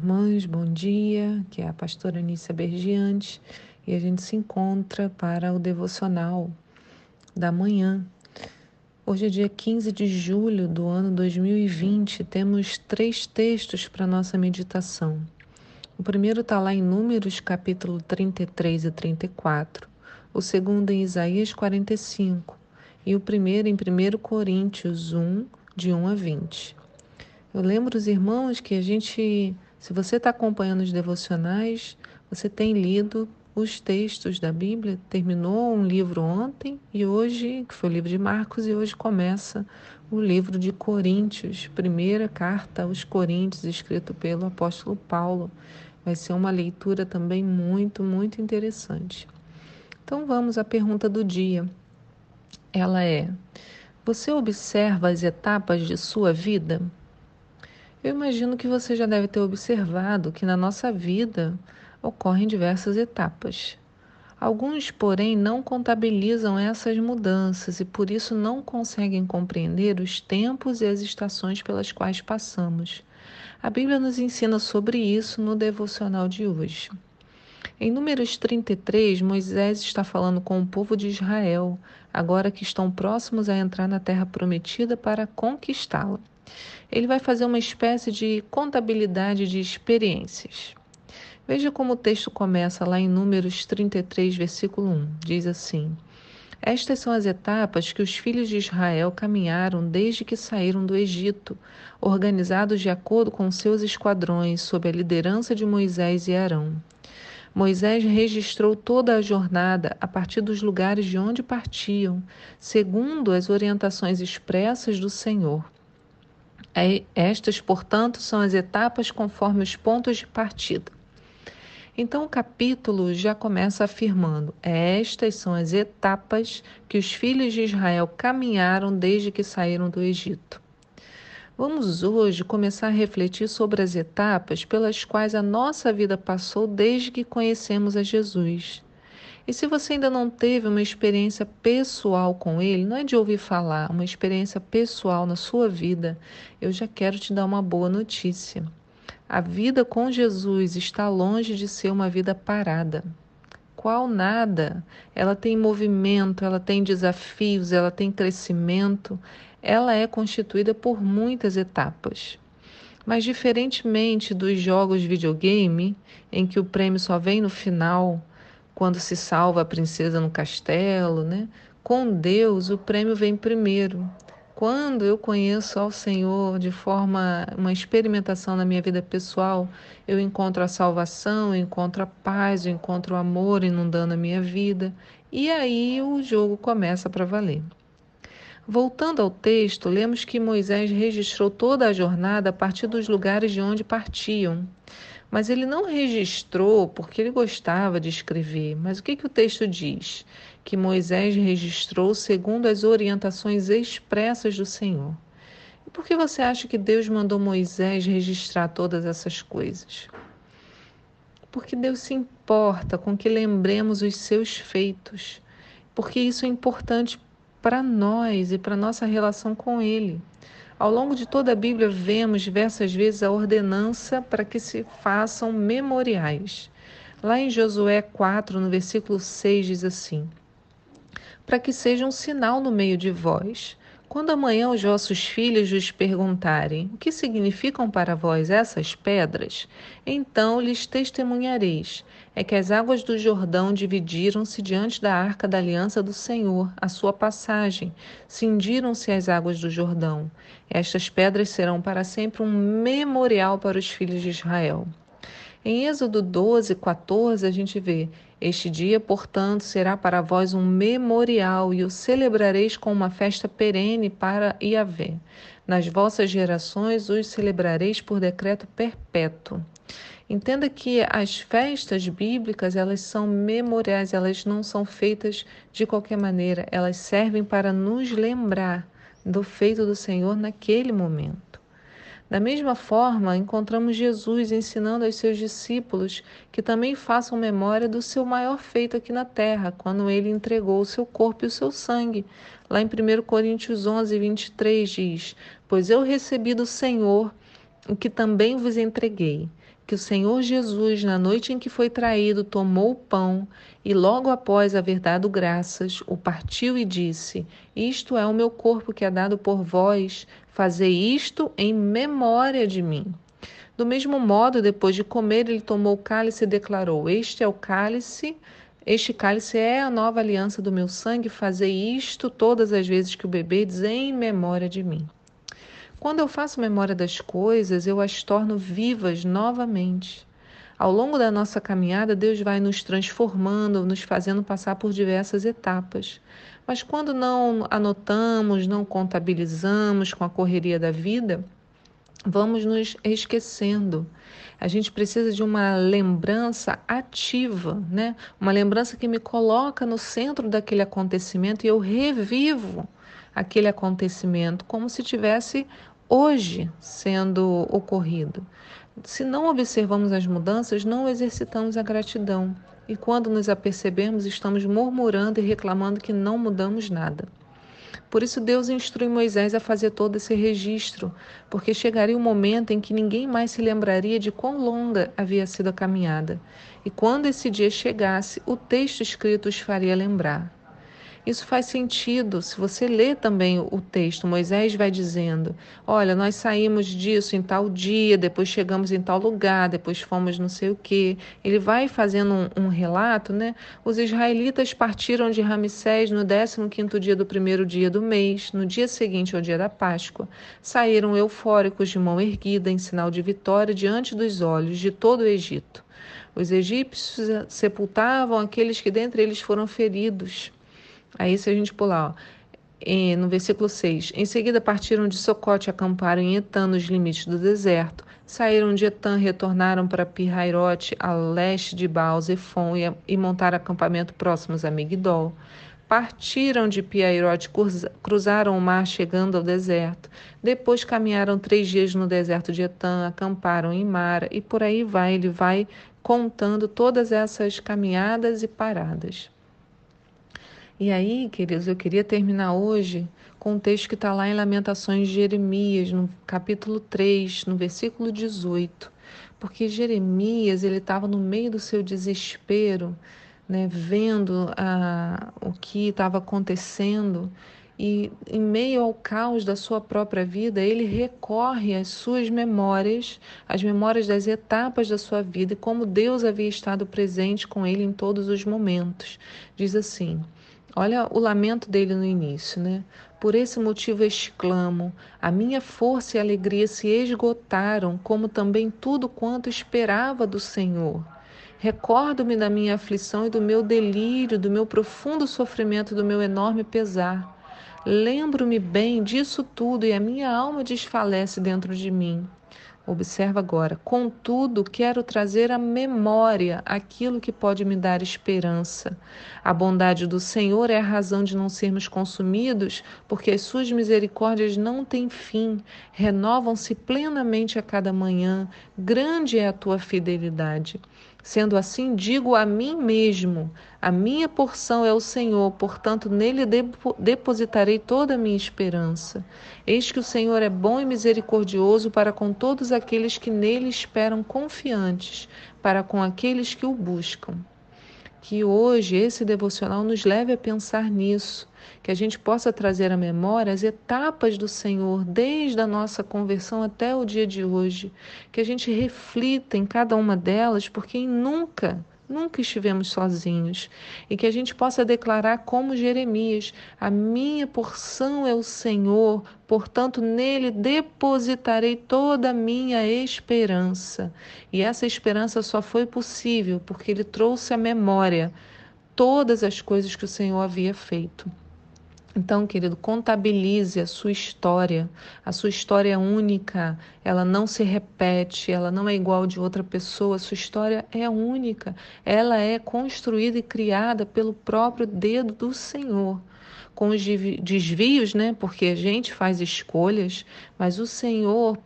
irmãs, bom dia, que é a pastora Anícia Bergiantes, e a gente se encontra para o devocional da manhã. Hoje é dia 15 de julho do ano 2020, temos 3 textos para nossa meditação. O primeiro está lá em Números, capítulo 33 e 34, o segundo em Isaías 45, e o primeiro em 1 Coríntios 1, de 1 a 20. Eu lembro os irmãos que se você está acompanhando os devocionais, você tem lido os textos da Bíblia, terminou um livro ontem e hoje, que foi o livro de Marcos, e hoje começa o livro de Coríntios, primeira carta aos Coríntios, escrito pelo apóstolo Paulo. Vai ser uma leitura também muito, muito interessante. Então vamos à pergunta do dia. Ela é: você observa as etapas de sua vida? Eu imagino que você já deve ter observado que na nossa vida ocorrem diversas etapas. Alguns, porém, não contabilizam essas mudanças e por isso não conseguem compreender os tempos e as estações pelas quais passamos. A Bíblia nos ensina sobre isso no devocional de hoje. Em Números 33, Moisés está falando com o povo de Israel, agora que estão próximos a entrar na terra prometida para conquistá-la. Ele vai fazer uma espécie de contabilidade de experiências. Veja como o texto começa lá em Números 33, versículo 1. Diz assim: estas são as etapas que os filhos de Israel caminharam desde que saíram do Egito, organizados de acordo com seus esquadrões, sob a liderança de Moisés e Arão. Moisés registrou toda a jornada a partir dos lugares de onde partiam, segundo as orientações expressas do Senhor. Estas, portanto, são as etapas conforme os pontos de partida. Então o capítulo já começa afirmando: estas são as etapas que os filhos de Israel caminharam desde que saíram do Egito. Vamos hoje começar a refletir sobre as etapas pelas quais a nossa vida passou desde que conhecemos a Jesus. E se você ainda não teve uma experiência pessoal com Ele, não é de ouvir falar, uma experiência pessoal na sua vida, eu já quero te dar uma boa notícia. A vida com Jesus está longe de ser uma vida parada. Qual nada? Ela tem movimento, ela tem desafios, ela tem crescimento, ela é constituída por muitas etapas. Mas diferentemente dos jogos de videogame, em que o prêmio só vem no final, quando se salva a princesa no castelo, né? Com Deus, o prêmio vem primeiro. Quando eu conheço ao Senhor de forma, uma experimentação na minha vida pessoal, eu encontro a salvação, eu encontro a paz, eu encontro o amor inundando a minha vida. E aí o jogo começa para valer. Voltando ao texto, lemos que Moisés registrou toda a jornada a partir dos lugares de onde partiam. Mas ele não registrou porque ele gostava de escrever. Mas o que o texto diz? Que Moisés registrou segundo as orientações expressas do Senhor. E por que você acha que Deus mandou Moisés registrar todas essas coisas? Porque Deus se importa com que lembremos os seus feitos. Porque isso é importante para nós e para nossa relação com Ele. Ao longo de toda a Bíblia, vemos diversas vezes a ordenança para que se façam memoriais. Lá em Josué 4, no versículo 6, diz assim: para que seja um sinal no meio de vós. Quando amanhã os vossos filhos vos perguntarem: o que significam para vós essas pedras? Então lhes testemunhareis: é que as águas do Jordão dividiram-se diante da arca da aliança do Senhor, a sua passagem. Cindiram-se as águas do Jordão. Estas pedras serão para sempre um memorial para os filhos de Israel. Em Êxodo 12, 14, a gente vê: este dia, portanto, será para vós um memorial e o celebrareis com uma festa perene para Yahvé. Nas vossas gerações os celebrareis por decreto perpétuo. Entenda que as festas bíblicas, elas são memoriais, elas não são feitas de qualquer maneira, elas servem para nos lembrar do feito do Senhor naquele momento. Da mesma forma, encontramos Jesus ensinando aos seus discípulos que também façam memória do seu maior feito aqui na terra, quando ele entregou o seu corpo e o seu sangue. Lá em 1 Coríntios 11, 23 diz: pois eu recebi do Senhor o que também vos entreguei, que o Senhor Jesus, na noite em que foi traído, tomou o pão e, logo após haver dado graças, o partiu e disse: Isto é o meu corpo que é dado por vós, fazei isto em memória de mim. Do mesmo modo, depois de comer, ele tomou o cálice e declarou: Este cálice é a nova aliança do meu sangue, fazei isto todas as vezes que o beberdes em memória de mim. Quando eu faço memória das coisas, eu as torno vivas novamente. Ao longo da nossa caminhada, Deus vai nos transformando, nos fazendo passar por diversas etapas. Mas quando não anotamos, não contabilizamos com a correria da vida, vamos nos esquecendo. A gente precisa de uma lembrança ativa, né? Uma lembrança que me coloca no centro daquele acontecimento e eu revivo aquele acontecimento como se tivesse hoje sendo ocorrido. Se não observamos as mudanças, não exercitamos a gratidão. E quando nos apercebemos, estamos murmurando e reclamando que não mudamos nada. Por isso Deus instrui Moisés a fazer todo esse registro, porque chegaria um momento em que ninguém mais se lembraria de quão longa havia sido a caminhada. E quando esse dia chegasse, o texto escrito os faria lembrar. Isso faz sentido. Se você lê também o texto, Moisés vai dizendo: olha, nós saímos disso em tal dia, depois chegamos em tal lugar, depois fomos não sei o quê. Ele vai fazendo um relato, né? Os israelitas partiram de Ramsés no 15º dia do primeiro dia do mês, no dia seguinte ao dia da Páscoa. Saíram eufóricos de mão erguida, em sinal de vitória, diante dos olhos de todo o Egito. Os egípcios sepultavam aqueles que dentre eles foram feridos. Aí, se a gente pular, no versículo 6, em seguida partiram de Socote e acamparam em Etã, nos limites do deserto. Saíram de Etã, retornaram para Pi-Hairote, a leste de Baal-Zefon, e montaram acampamento próximos a Migdol. Partiram de Pi-Hairote, cruzaram o mar, chegando ao deserto. Depois caminharam 3 dias no deserto de Etã, acamparam em Mara, e por aí vai, ele vai contando todas essas caminhadas e paradas. E aí, queridos, eu queria terminar hoje com um texto que está lá em Lamentações de Jeremias, no capítulo 3, no versículo 18. Porque Jeremias, ele estava no meio do seu desespero, né, vendo o que estava acontecendo, e em meio ao caos da sua própria vida, ele recorre às suas memórias, às memórias das etapas da sua vida e como Deus havia estado presente com ele em todos os momentos. Diz assim: olha o lamento dele no início, né? Por esse motivo exclamo: a minha força e alegria se esgotaram, como também tudo quanto esperava do Senhor. Recordo-me da minha aflição e do meu delírio, do meu profundo sofrimento e do meu enorme pesar. Lembro-me bem disso tudo e a minha alma desfalece dentro de mim. Observa agora. Contudo, quero trazer à memória aquilo que pode me dar esperança. A bondade do Senhor é a razão de não sermos consumidos, porque as suas misericórdias não têm fim, renovam-se plenamente a cada manhã. Grande é a tua fidelidade. Sendo assim, digo a mim mesmo: a minha porção é o Senhor, portanto, nele depositarei toda a minha esperança. Eis que o Senhor é bom e misericordioso para com todos aqueles que nele esperam confiantes, para com aqueles que o buscam. Que hoje esse devocional nos leve a pensar nisso, que a gente possa trazer à memória as etapas do Senhor, desde a nossa conversão até o dia de hoje, que a gente reflita em cada uma delas, porque nunca estivemos sozinhos, e que a gente possa declarar como Jeremias: a minha porção é o Senhor, portanto nele depositarei toda a minha esperança. E essa esperança só foi possível porque ele trouxe à memória todas as coisas que o Senhor havia feito. Então, querido, contabilize a sua história. A sua história é única, ela não se repete, ela não é igual de outra pessoa. A sua história é única, ela é construída e criada pelo próprio dedo do Senhor. Com os desvios, né? Porque a gente faz escolhas, mas o Senhor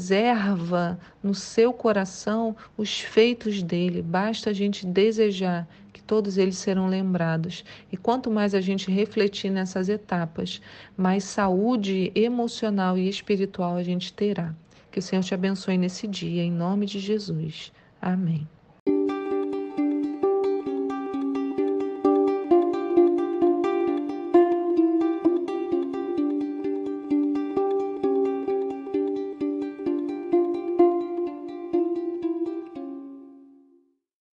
preserva no seu coração os feitos dele. Basta a gente desejar que todos eles serão lembrados. E quanto mais a gente refletir nessas etapas, mais saúde emocional e espiritual a gente terá. Que o Senhor te abençoe nesse dia, em nome de Jesus. Amém.